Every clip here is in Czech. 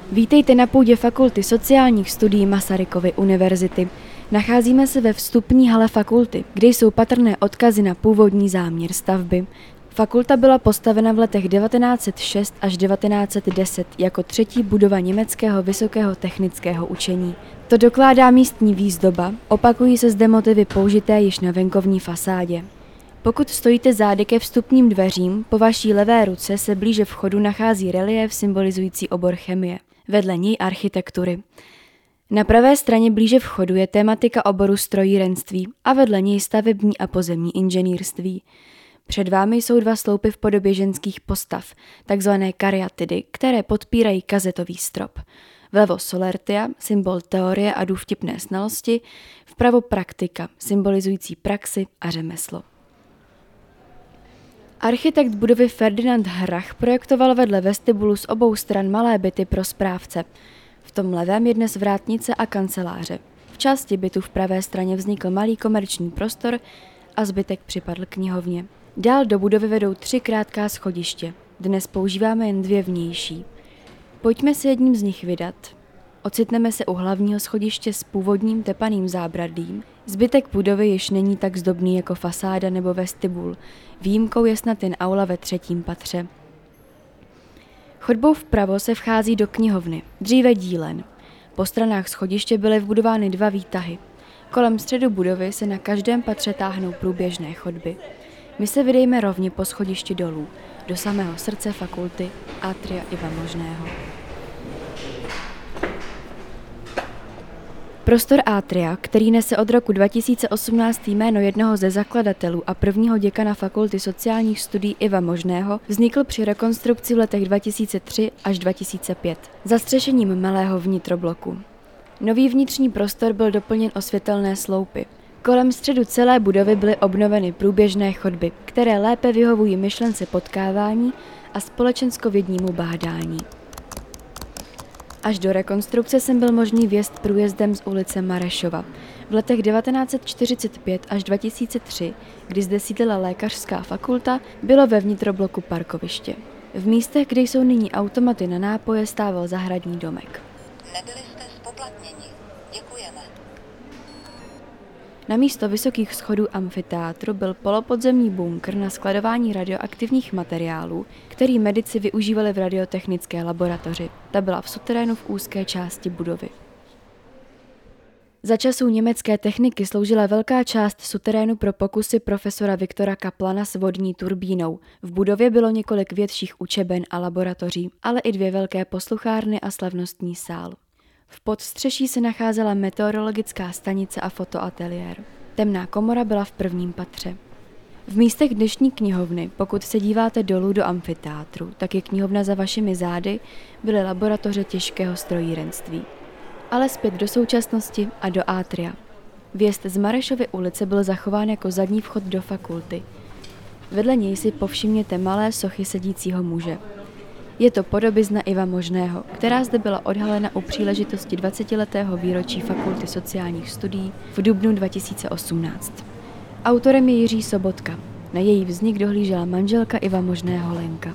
Vítejte na půdě Fakulty sociálních studií Masarykovy univerzity. Nacházíme se ve vstupní hale fakulty, kde jsou patrné odkazy na původní záměr stavby. Fakulta byla postavena v letech 1906 až 1910 jako třetí budova německého vysokého technického učení. To dokládá místní výzdoba, opakují se zde motivy použité již na venkovní fasádě. Pokud stojíte zády ke vstupním dveřím, po vaší levé ruce se blíže vchodu nachází reliéf symbolizující obor chemie, vedle něj architektury. Na pravé straně blíže vchodu je tematika oboru strojírenství a vedle něj stavební a pozemní inženýrství. Před vámi jsou dva sloupy v podobě ženských postav, takzvané karyatidy, které podpírají kazetový strop. Vlevo solertia, symbol teorie a důvtipné znalosti, vpravo praktika, symbolizující praxi a řemeslo. Architekt budovy Ferdinand Hrach projektoval vedle vestibulu z obou stran malé byty pro správce. V tom levém je dnes vrátnice a kanceláře. V části bytu v pravé straně vznikl malý komerční prostor a zbytek připadl knihovně. Dál do budovy vedou 3 krátká schodiště. Dnes používáme jen 2 vnější. Pojďme se jedním z nich vydat. Ocitneme se u hlavního schodiště s původním tepaným zábradlím. Zbytek budovy již není tak zdobný jako fasáda nebo vestibul. Výjimkou je snad jen aula ve 3. patře. Chodbou vpravo se vchází do knihovny, dříve dílen. Po stranách schodiště byly vbudovány 2 výtahy. Kolem středu budovy se na každém patře táhnou průběžné chodby. My se vydejme rovně po schodišti dolů, do samého srdce fakulty Atria Iva Možného. Prostor Atria, který nese od roku 2018 jméno jednoho ze zakladatelů a prvního děkana Fakulty sociálních studií Iva Možného, vznikl při rekonstrukci v letech 2003 až 2005, zastřešením malého vnitrobloku. Nový vnitřní prostor byl doplněn o světelné sloupy. Kolem středu celé budovy byly obnoveny průběžné chodby, které lépe vyhovují myšlence potkávání a společenskovědnímu bádání. Až do rekonstrukce sem byl možný vjezd průjezdem z ulice Marešova. V letech 1945 až 2003, kdy zde sídlila lékařská fakulta, bylo ve vnitrobloku parkoviště. V místech, kde jsou nyní automaty na nápoje, stával zahradní domek. Nebyli jste zpoplatněni. Děkujeme. Na místo vysokých schodů amfiteátru byl polopodzemní bunkr na skladování radioaktivních materiálů, který medici využívali v radiotechnické laboratoři. Ta byla v suterénu v úzké části budovy. Za časů německé techniky sloužila velká část suterénu pro pokusy profesora Viktora Kaplana s vodní turbínou. V budově bylo několik větších učeben a laboratoří, ale i 2 velké posluchárny a slavnostní sál. V podstřeší se nacházela meteorologická stanice a fotoateliér. Temná komora byla v 1. patře. V místech dnešní knihovny, pokud se díváte dolů do amfiteátru, tak je knihovna za vašimi zády, byly laboratoře těžkého strojírenství. Ale zpět do současnosti a do Atria. Vjezd z Marešovy ulice byl zachován jako zadní vchod do fakulty. Vedle něj si povšimněte malé sochy sedícího muže. Je to podobizna Iva Možného, která zde byla odhalena u příležitosti 20letého výročí Fakulty sociálních studií v dubnu 2018. Autorem je Jiří Sobotka. Na její vznik dohlížela manželka Iva Možného Lenka.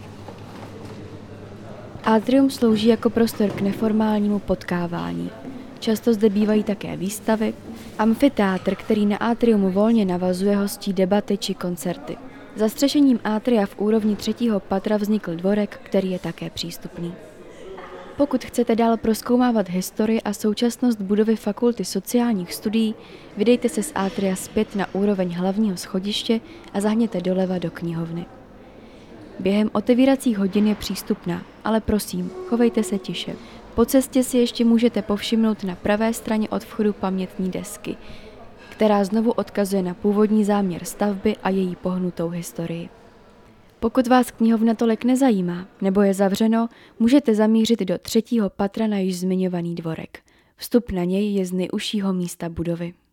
Atrium slouží jako prostor k neformálnímu potkávání. Často zde bývají také výstavy. Amfiteátr, který na atriumu volně navazuje, hostí debaty či koncerty. Zastřešením atria v úrovni 3. patra vznikl dvorek, který je také přístupný. Pokud chcete dál prozkoumávat historii a současnost budovy Fakulty sociálních studií, vydejte se z atria zpět na úroveň hlavního schodiště a zahněte doleva do knihovny. Během otevíracích hodin je přístupná, ale prosím, chovejte se tiše. Po cestě si ještě můžete povšimnout na pravé straně od vchodu pamětní desky, která znovu odkazuje na původní záměr stavby a její pohnutou historii. Pokud vás knihovna tolik nezajímá nebo je zavřeno, můžete zamířit do 3. patra na již zmiňovaný dvorek. Vstup na něj je z nejužšího místa budovy.